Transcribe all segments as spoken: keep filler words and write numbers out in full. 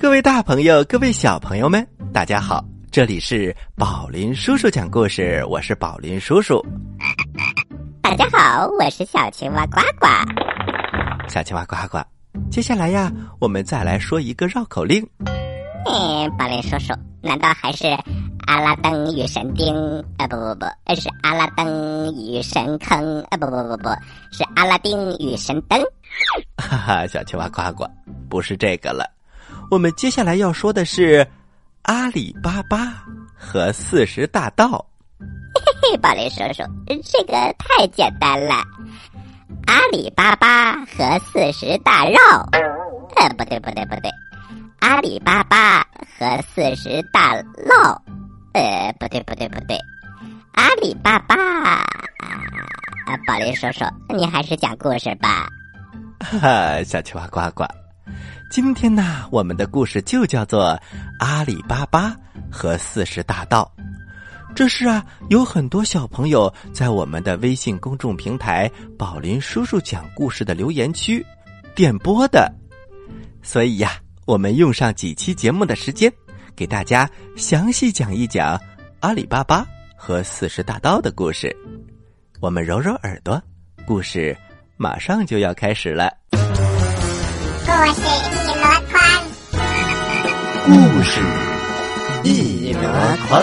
各位大朋友，各位小朋友们，大家好，这里是宝林叔叔讲故事，我是宝林叔叔。 大家好，我是小青蛙呱呱。 小青蛙呱呱，接下来呀，我们再来说一个绕口令。 嗯，宝林叔叔，难道还是阿拉登与神钉？啊，不不不，是阿拉登与神坑。啊，不不不不，是阿拉丁与神灯。 哈哈，小青蛙呱呱，不是这个了。我们接下来要说的是阿里巴巴和四十大盗。 嘿嘿，宝林叔叔，这个太简单了。阿里巴巴和四十大绕。呃，不对不对不对，阿里巴巴和四十大闹。呃，不对不对不对，阿里巴巴。啊，宝林叔叔，你还是讲故事吧。 哈哈，小青蛙呱呱。今天呢，我们的故事就叫做阿里巴巴和四十大盗。这是啊，有很多小朋友在我们的微信公众平台宝林叔叔讲故事的留言区点播的。所以呀，我们用上几期节目的时间，给大家详细讲一讲阿里巴巴和四十大盗的故事。我们揉揉耳朵，故事马上就要开始了。 故事一箩筐， 故事一箩筐。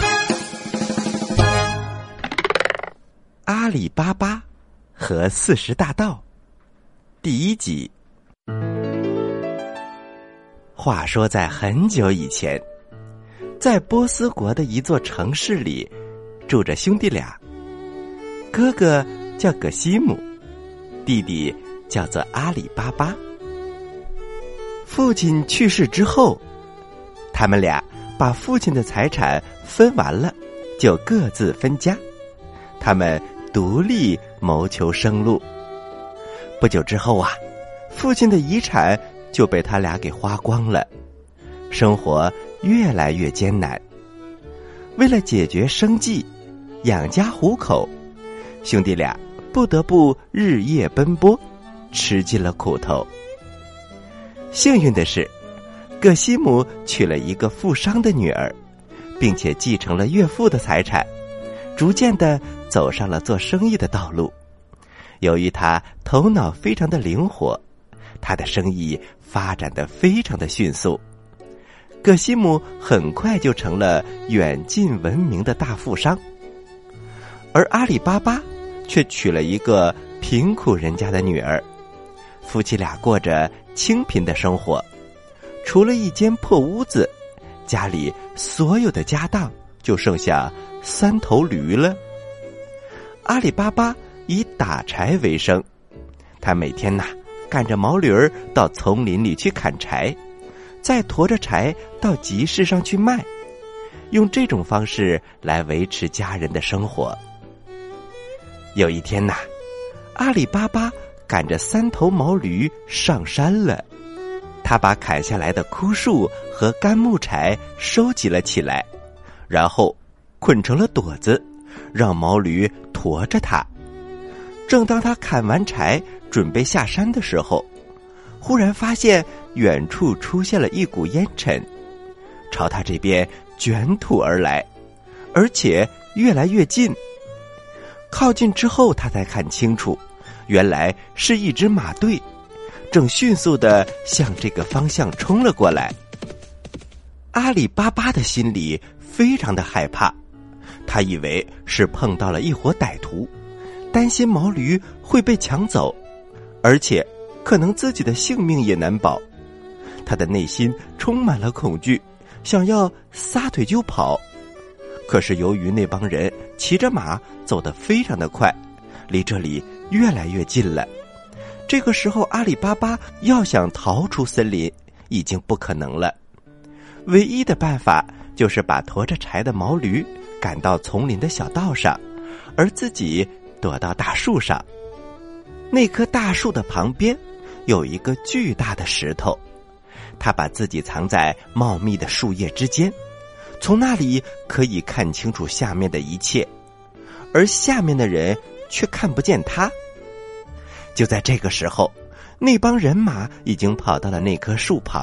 阿里巴巴和四十大盗第一集。话说在很久以前，在波斯国的一座城市里，住着兄弟俩，哥哥叫葛西姆，弟弟叫做阿里巴巴。父亲去世之后，他们俩把父亲的财产分完了，就各自分家，他们独立谋求生路。不久之后啊，父亲的遗产就被他俩给花光了，生活越来越艰难。为了解决生计，养家糊口，兄弟俩不得不日夜奔波，吃尽了苦头。幸运的是，葛西姆娶了一个富商的女儿，并且继承了岳父的财产，逐渐地走上了做生意的道路。由于他头脑非常的灵活，他的生意发展得非常的迅速，葛西姆很快就成了远近闻名的大富商。而阿里巴巴却娶了一个贫苦人家的女儿，夫妻俩过着清贫的生活，除了一间破屋子，家里所有的家当就剩下三头驴了。阿里巴巴以打柴为生，他每天呐、啊、赶着毛驴儿到丛林里去砍柴，再驮着柴到集市上去卖，用这种方式来维持家人的生活。有一天呐、啊，阿里巴巴赶着三头毛驴上山了，他把砍下来的枯树和干木柴收集了起来，然后捆成了垛子，让毛驴驮着它。正当他砍完柴准备下山的时候，忽然发现远处出现了一股烟尘，朝他这边卷土而来，而且越来越近。靠近之后，他才看清楚，原来是一支马队，正迅速地向这个方向冲了过来。阿里巴巴的心里非常的害怕，他以为是碰到了一伙歹徒，担心毛驴会被抢走，而且可能自己的性命也难保。他的内心充满了恐惧，想要撒腿就跑。可是由于那帮人骑着马走得非常的快，离这里越来越近了。这个时候阿里巴巴要想逃出森林已经不可能了，唯一的办法就是把驮着柴的毛驴赶到丛林的小道上，而自己躲到大树上。那棵大树的旁边有一个巨大的石头，他把自己藏在茂密的树叶之间，从那里可以看清楚下面的一切，而下面的人却看不见他。就在这个时候，那帮人马已经跑到了那棵树旁，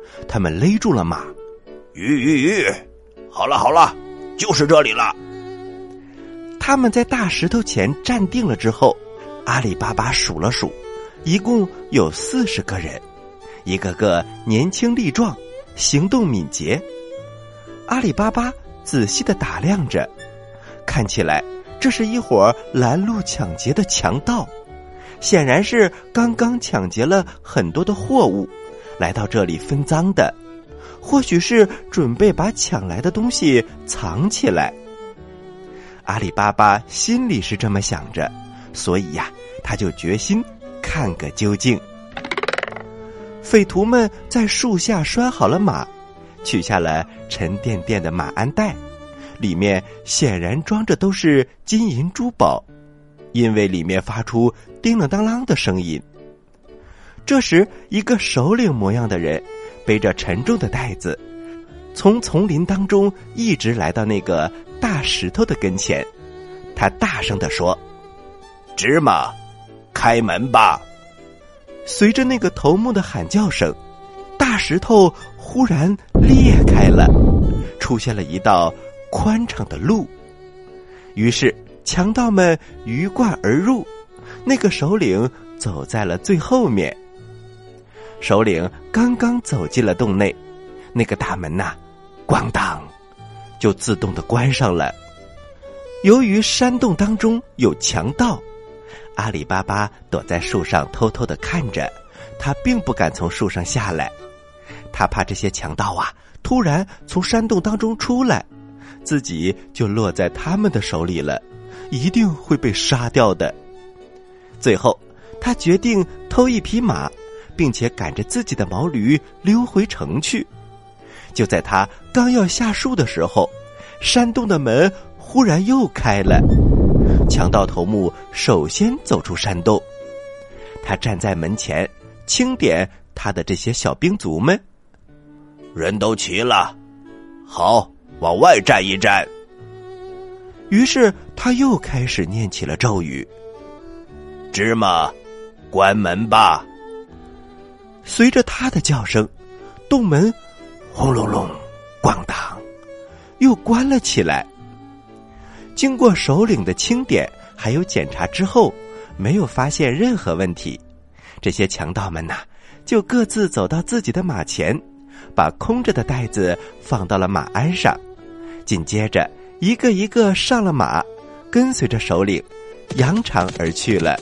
他们勒住了马。 吁吁吁，好了好了，就是这里了。 他们在大石头前站定了之后，阿里巴巴数了数，一共有四十个人，一个个年轻力壮，行动敏捷。阿里巴巴仔细地打量着，看起来这是一伙拦路抢劫的强盗，显然是刚刚抢劫了很多的货物，来到这里分赃的，或许是准备把抢来的东西藏起来。阿里巴巴心里是这么想着，所以呀，他就决心看个究竟。匪徒们在树下拴好了马，取下了沉甸甸的马鞍袋，里面显然装着都是金银珠宝，因为里面发出叮啷当啷的声音。这时，一个首领模样的人背着沉重的袋子，从丛林当中一直来到那个大石头的跟前，他大声地说： 芝麻，开门吧。 随着那个头目的喊叫声，大石头忽然裂开了，出现了一道宽敞的路。于是强盗们鱼贯而入，那个首领走在了最后面。首领刚刚走进了洞内，那个大门呐、啊，咣当就自动的关上了。由于山洞当中有强盗，阿里巴巴躲在树上偷偷的看着，他并不敢从树上下来，他怕这些强盗啊突然从山洞当中出来，自己就落在他们的手里了，一定会被杀掉的。最后他决定偷一匹马，并且赶着自己的毛驴溜回城去。就在他刚要下树的时候，山洞的门忽然又开了，强盗头目首先走出山洞，他站在门前清点他的这些小兵卒们。 人都齐了，好，往外站一站。 于是他又开始念起了咒语： 芝麻，关门吧。 随着他的叫声，洞门轰隆隆咣当又关了起来。经过首领的清点还有检查之后，没有发现任何问题，这些强盗们呐、啊，就各自走到自己的马前，把空着的袋子放到了马鞍上，紧接着一个一个上了马，跟随着首领扬长而去了。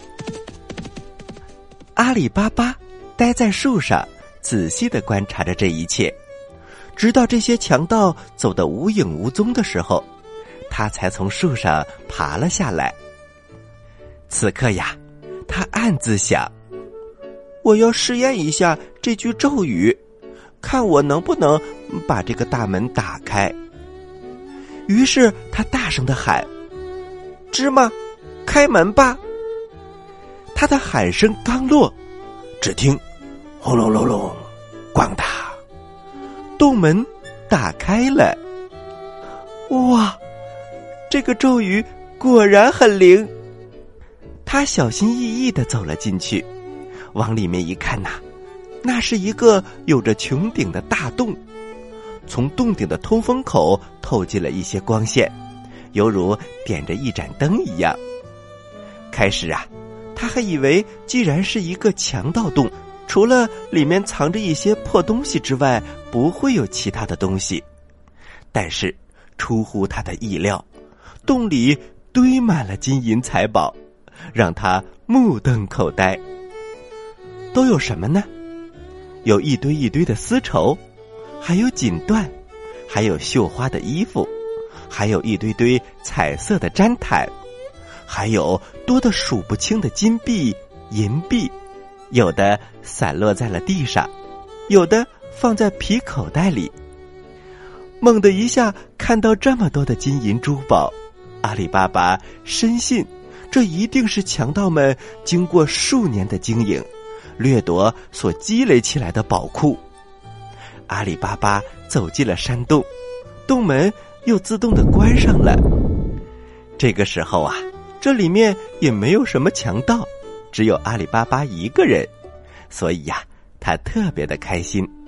阿里巴巴待在树上，仔细地观察着这一切，直到这些强盗走得无影无踪的时候，他才从树上爬了下来。此刻呀，他暗自想：我要试验一下这句咒语，看我能不能把这个大门打开。于是他大声地喊：芝麻，开门吧。他的喊声刚落，只听轰隆隆隆咣当，洞门打开了。哇，这个咒语果然很灵。他小心翼翼地走了进去，往里面一看呐、啊，那是一个有着穹顶的大洞，从洞顶的通风口透进了一些光线，犹如点着一盏灯一样。开始啊，他还以为既然是一个强盗洞，除了里面藏着一些破东西之外，不会有其他的东西。但是出乎他的意料，洞里堆满了金银财宝，让他目瞪口呆。都有什么呢？有一堆一堆的丝绸，还有锦缎，还有绣花的衣服，还有一堆堆彩色的毡毯，还有多得数不清的金币、银币，有的散落在了地上，有的放在皮口袋里。猛地一下看到这么多的金银珠宝，阿里巴巴深信这一定是强盗们经过数年的经营掠夺所积累起来的宝库。阿里巴巴走进了山洞，洞门又自动的关上了。这个时候啊，这里面也没有什么强盗，只有阿里巴巴一个人，所以呀、啊，他特别的开心。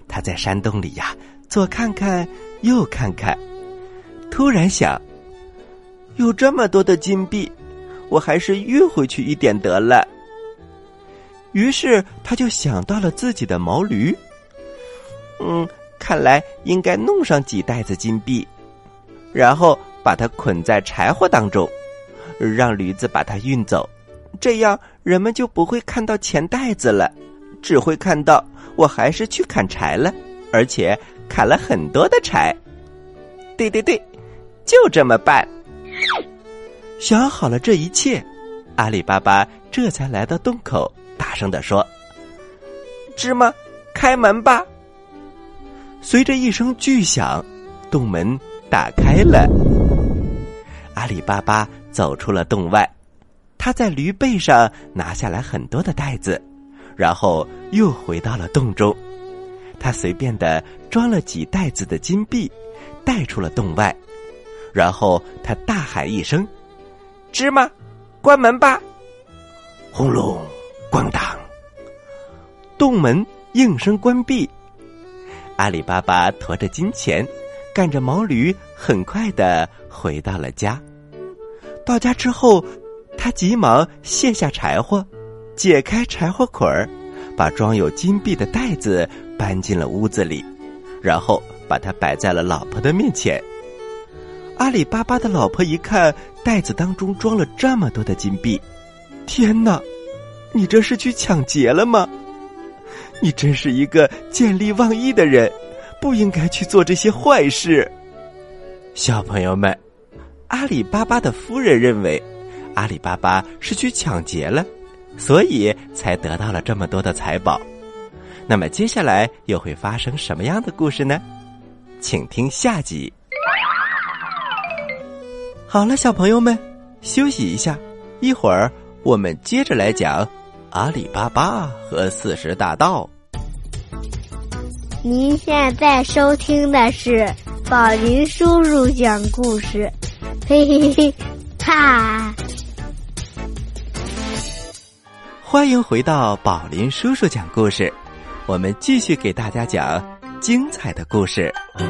他在山洞里呀，左看看右看看，突然想，有这么多的金币，我还是运回去一点得了。于是他就想到了自己的毛驴，嗯，看来应该弄上几袋子金币，然后把它捆在柴火当中，让驴子把它运走，这样人们就不会看到钱袋子了，只会看到我还是去砍柴了，而且砍了很多的柴。对对对，就这么办。想好了这一切，阿里巴巴这才来到洞口，大声地说：芝麻，开门吧。随着一声巨响，洞门打开了。阿里巴巴走出了洞外，他在驴背上拿下来很多的袋子，然后又回到了洞中。他随便地装了几袋子的金币，带出了洞外，然后他大喊一声：芝麻，关门吧。轰隆咣当，洞门应声关闭。阿里巴巴驮着金钱，赶着毛驴，很快地回到了家。到家之后，他急忙卸下柴火，解开柴火捆儿，把装有金币的袋子搬进了屋子里，然后把它摆在了老婆的面前。阿里巴巴的老婆一看袋子当中装了这么多的金币，天哪，你这是去抢劫了吗？你真是一个见利忘义的人，不应该去做这些坏事。小朋友们，阿里巴巴的夫人认为阿里巴巴是去抢劫了，所以才得到了这么多的财宝。那么接下来又会发生什么样的故事呢？请听下集。好了，小朋友们，休息一下，一会儿我们接着来讲阿里巴巴和四十大盗。 您现在收听的是宝林叔叔讲故事，嘿嘿嘿哈！ 欢迎回到宝林叔叔讲故事，我们继续给大家讲精彩的故事。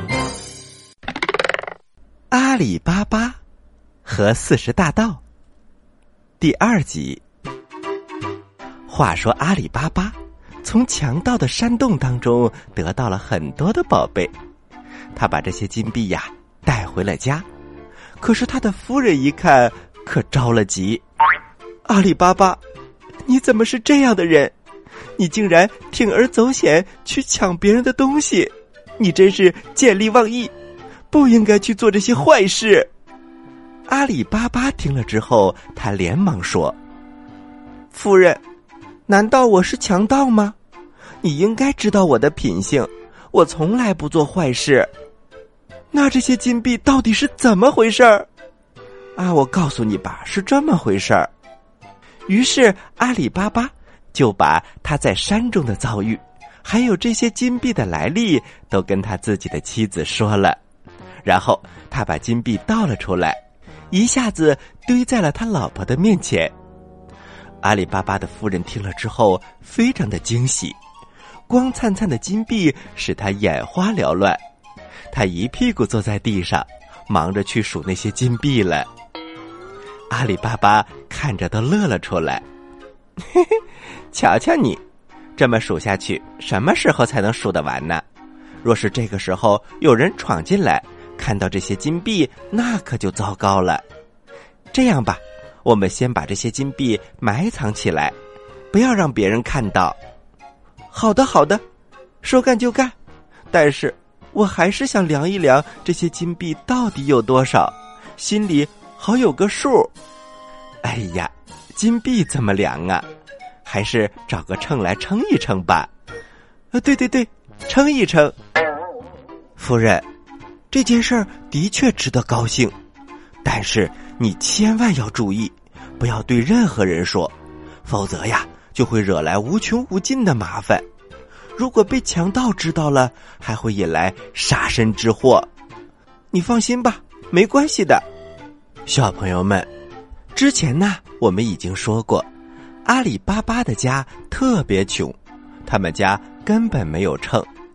阿里巴巴和四十大盗第二集。话说阿里巴巴从强盗的山洞当中得到了很多的宝贝，他把这些金币呀带回了家。可是他的夫人一看，可着了急。阿里巴巴，你怎么是这样的人？你竟然铤而走险去抢别人的东西，你真是见利忘义，不应该去做这些坏事。阿里巴巴听了之后，他连忙说：夫人，难道我是强盗吗？你应该知道我的品性，我从来不做坏事。那这些金币到底是怎么回事儿？啊，我告诉你吧，是这么回事儿。于是阿里巴巴就把他在山中的遭遇，还有这些金币的来历，都跟他自己的妻子说了。然后他把金币倒了出来，一下子堆在了他老婆的面前。阿里巴巴的夫人听了之后非常的惊喜，光灿灿的金币使他眼花缭乱，他一屁股坐在地上，忙着去数那些金币了。阿里巴巴看着都乐了出来，嘿嘿，瞧瞧你，这么数下去，什么时候才能数得完呢？若是这个时候有人闯进来，看到这些金币，那可就糟糕了。这样吧，我们先把这些金币埋藏起来，不要让别人看到。好的好的，说干就干。但是我还是想量一量这些金币到底有多少，心里好有个数。哎呀，金币怎么量啊？还是找个秤来称一称吧。啊，对对对，称一称。夫人，这件事儿的确值得高兴，但是你千万要注意，不要对任何人说，否则呀，就会惹来无穷无尽的麻烦。如果被强盗知道了，还会引来杀身之祸。你放心吧，没关系的。小朋友们，之前呢，我们已经说过，阿里巴巴的家特别穷，他们家根本没有秤。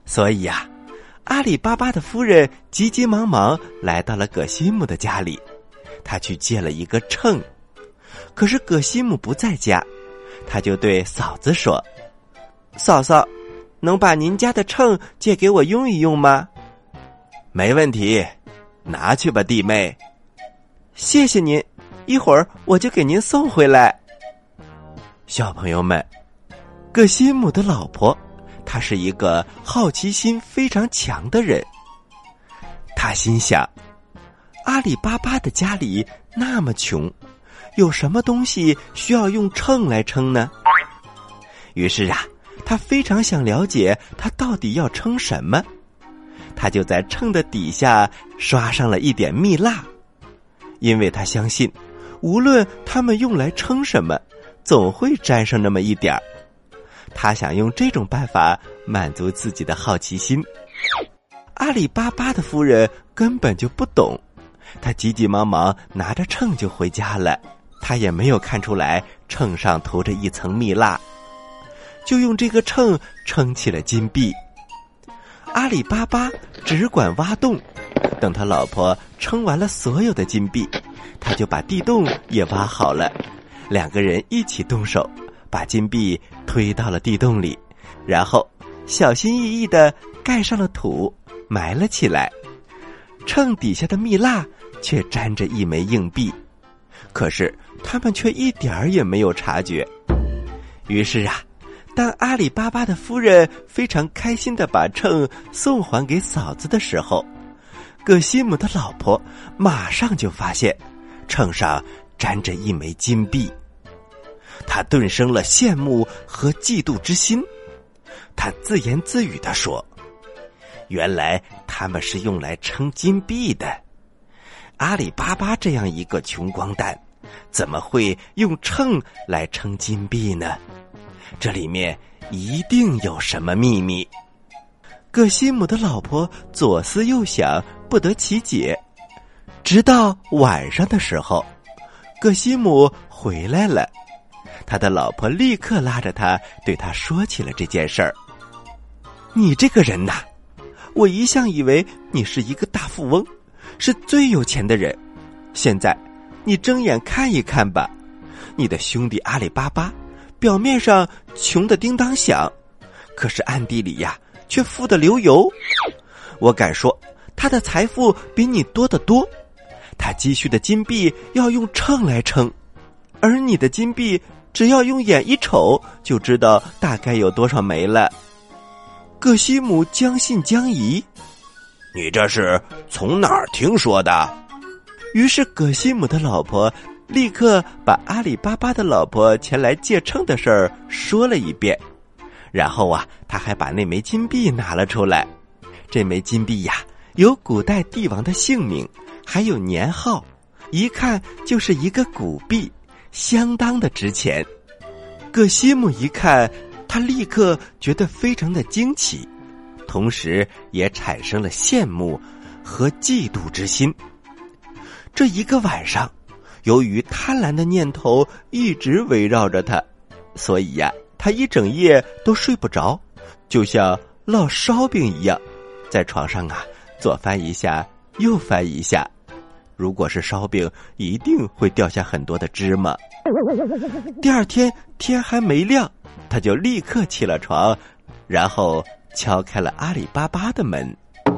所以呀、啊，阿里巴巴的夫人急急忙忙来到了葛西姆的家里，她去借了一个秤。可是葛西姆不在家，她就对嫂子说：“嫂嫂，能把您家的秤借给我用一用吗？”“没问题，拿去吧，弟妹。”“谢谢您，一会儿我就给您送回来。”小朋友们，葛西姆的老婆，她是一个好奇心非常强的人。她心想，阿里巴巴的家里那么穷，有什么东西需要用秤来称呢？于是啊，她非常想了解他到底要称什么。她就在秤的底下刷上了一点蜜蜡，因为她相信，无论他们用来称什么，总会沾上那么一点儿。他想用这种办法满足自己的好奇心。阿里巴巴的夫人根本就不懂，她急急忙忙拿着秤就回家了。她也没有看出来秤上涂着一层蜜蜡，就用这个秤称起了金币。阿里巴巴只管挖洞，等他老婆称完了所有的金币，他就把地洞也挖好了。两个人一起动手，把金币推到了地洞里，然后小心翼翼地盖上了土，埋了起来。秤底下的蜜蜡却沾着一枚硬币，可是他们却一点儿也没有察觉。于是啊，当阿里巴巴的夫人非常开心地把秤送还给嫂子的时候，葛西姆的老婆马上就发现秤上沾着一枚金币。他顿生了羡慕和嫉妒之心，他自言自语地说：“原来他们是用来称金币的。阿里巴巴这样一个穷光蛋，怎么会用秤来称金币呢？这里面一定有什么秘密。”葛西姆的老婆左思右想，不得其解。直到晚上的时候，葛西姆回来了，他的老婆立刻拉着他对他说起了这件事儿。“你这个人呐，我一向以为你是一个大富翁，是最有钱的人。现在你睁眼看一看吧，你的兄弟阿里巴巴表面上穷得叮当响，可是暗地里呀却富得流油。我敢说他的财富比你多得多，他积蓄的金币要用秤来称，而你的金币只要用眼一瞅就知道大概有多少枚了。”葛西姆将信将疑：“ 你这是从哪儿听说的？” 于是葛西姆的老婆立刻把阿里巴巴的老婆前来借秤的事儿说了一遍，然后啊，他还把那枚金币拿了出来。这枚金币呀，有古代帝王的姓名，还有年号，一看就是一个古币，相当的值钱。葛西姆一看，他立刻觉得非常的惊奇，同时也产生了羡慕和嫉妒之心。这一个晚上，由于贪婪的念头一直围绕着他，所以呀，他一整夜都睡不着，就像烙烧饼一样，在床上啊左翻一下右翻一下。如果是烧饼，一定会掉下很多的芝麻。第二天天还没亮，他就立刻起了床，然后敲开了阿里巴巴的门。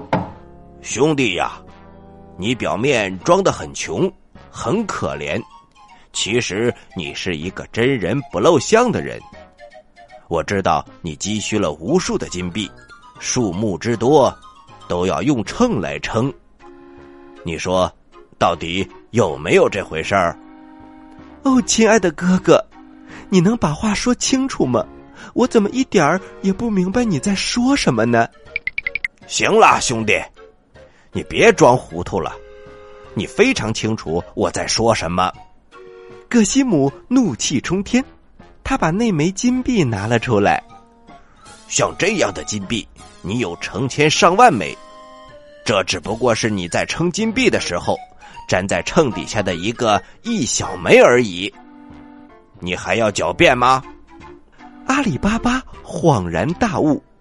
“兄弟呀，你表面装得很穷，很可怜，其实你是一个真人不露相的人。我知道你积蓄了无数的金币，数目之多，都要用秤来称。你说，到底有没有这回事儿？”“ 哦，亲爱的哥哥，你能把话说清楚吗？我怎么一点儿也不明白你在说什么呢？”“ 行了，兄弟，你别装糊涂了，你非常清楚我在说什么。” 葛西姆怒气冲天，他把那枚金币拿了出来。 “像这样的金币，你有成千上万枚，这只不过是你在称金币的时候粘在秤底下的一个一小枚而已，你还要狡辩吗？” 阿里巴巴恍然大悟，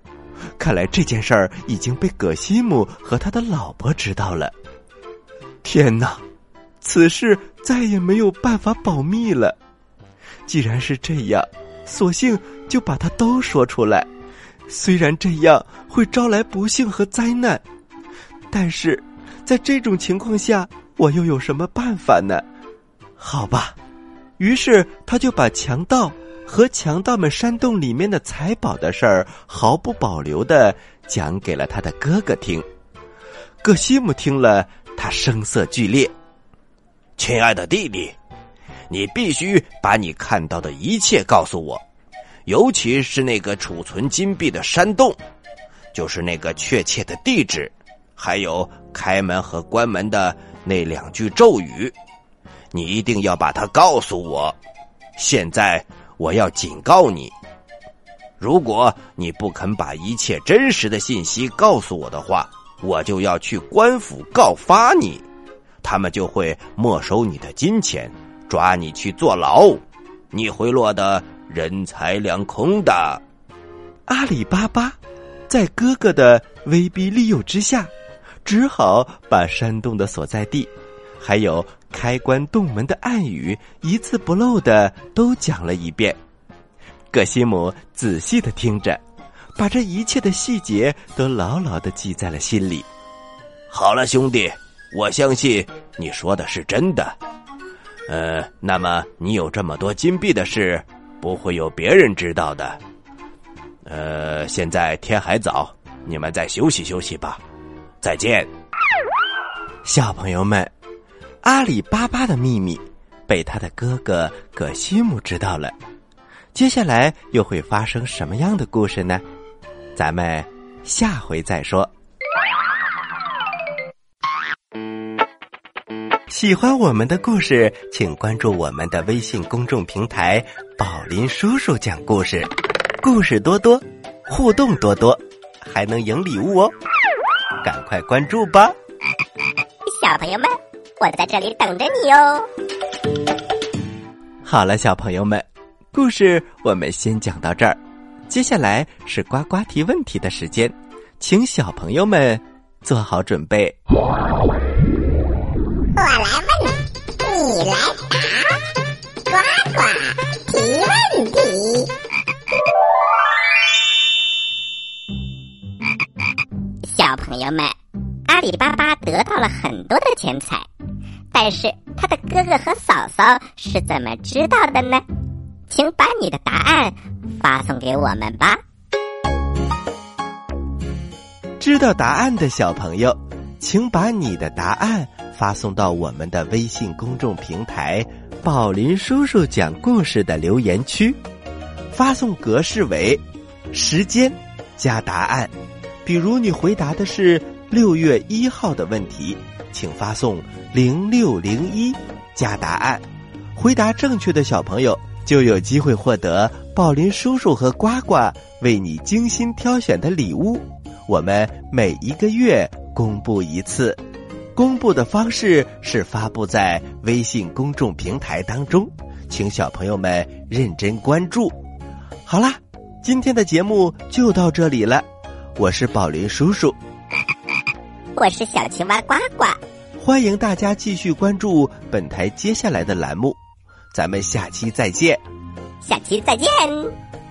看来这件事儿已经被葛西姆和他的老婆知道了。天哪，此事再也没有办法保密了。既然是这样，索性就把它都说出来。虽然这样会招来不幸和灾难，但是在这种情况下，我又有什么办法呢？好吧，于是他就把强盗和强盗们山洞里面的财宝的事儿毫不保留地讲给了他的哥哥听。葛西姆听了，他声色俱烈。 亲爱的弟弟，你必须把你看到的一切告诉我，尤其是那个储存金币的山洞，就是那个确切的地址，还有开门和关门的那两句咒语，你一定要把它告诉我。现在我要警告你，如果你不肯把一切真实的信息告诉我的话，我就要去官府告发你，他们就会没收你的金钱，抓你去坐牢，你会落得人财两空的。 阿里巴巴在哥哥的威逼利诱之下，只好把山洞的所在地还有开关洞门的暗语一字不漏的都讲了一遍。葛西姆仔细的听着，把这一切的细节都牢牢的记在了心里。 好了，兄弟，我相信你说的是真的。呃，那么你有这么多金币的事，不会有别人知道的。呃，现在天还早，你们再休息休息吧。再见。 小朋友们，阿里巴巴的秘密被他的哥哥葛西姆知道了。接下来又会发生什么样的故事呢？咱们下回再说。喜欢我们的故事，请关注我们的微信公众平台宝林叔叔讲故事，故事多多，互动多多，还能赢礼物哦，赶快关注吧。 小朋友们，我在这里等着你哦。 好了，小朋友们，故事我们先讲到这儿，接下来是呱呱提问题的时间，请小朋友们做好准备。 我来问，你来答，呱呱提问题。 小朋友们，阿里巴巴得到了很多的钱财，但是他的哥哥和嫂嫂是怎么知道的呢？请把你的答案发送给我们吧。 知道答案的小朋友，请把你的答案发送到我们的微信公众平台宝林叔叔讲故事的留言区，发送格式为时间加答案。比如你回答的是六月一号的问题，请发送零六零一加答案。回答正确的小朋友就有机会获得宝林叔叔和呱呱为你精心挑选的礼物。我们每一个月公布一次，公布的方式是发布在微信公众平台当中，请小朋友们认真关注。好啦，今天的节目就到这里了，我是宝林叔叔， 我是小青蛙呱呱， 欢迎大家继续关注本台接下来的栏目，咱们下期再见。 下期再见。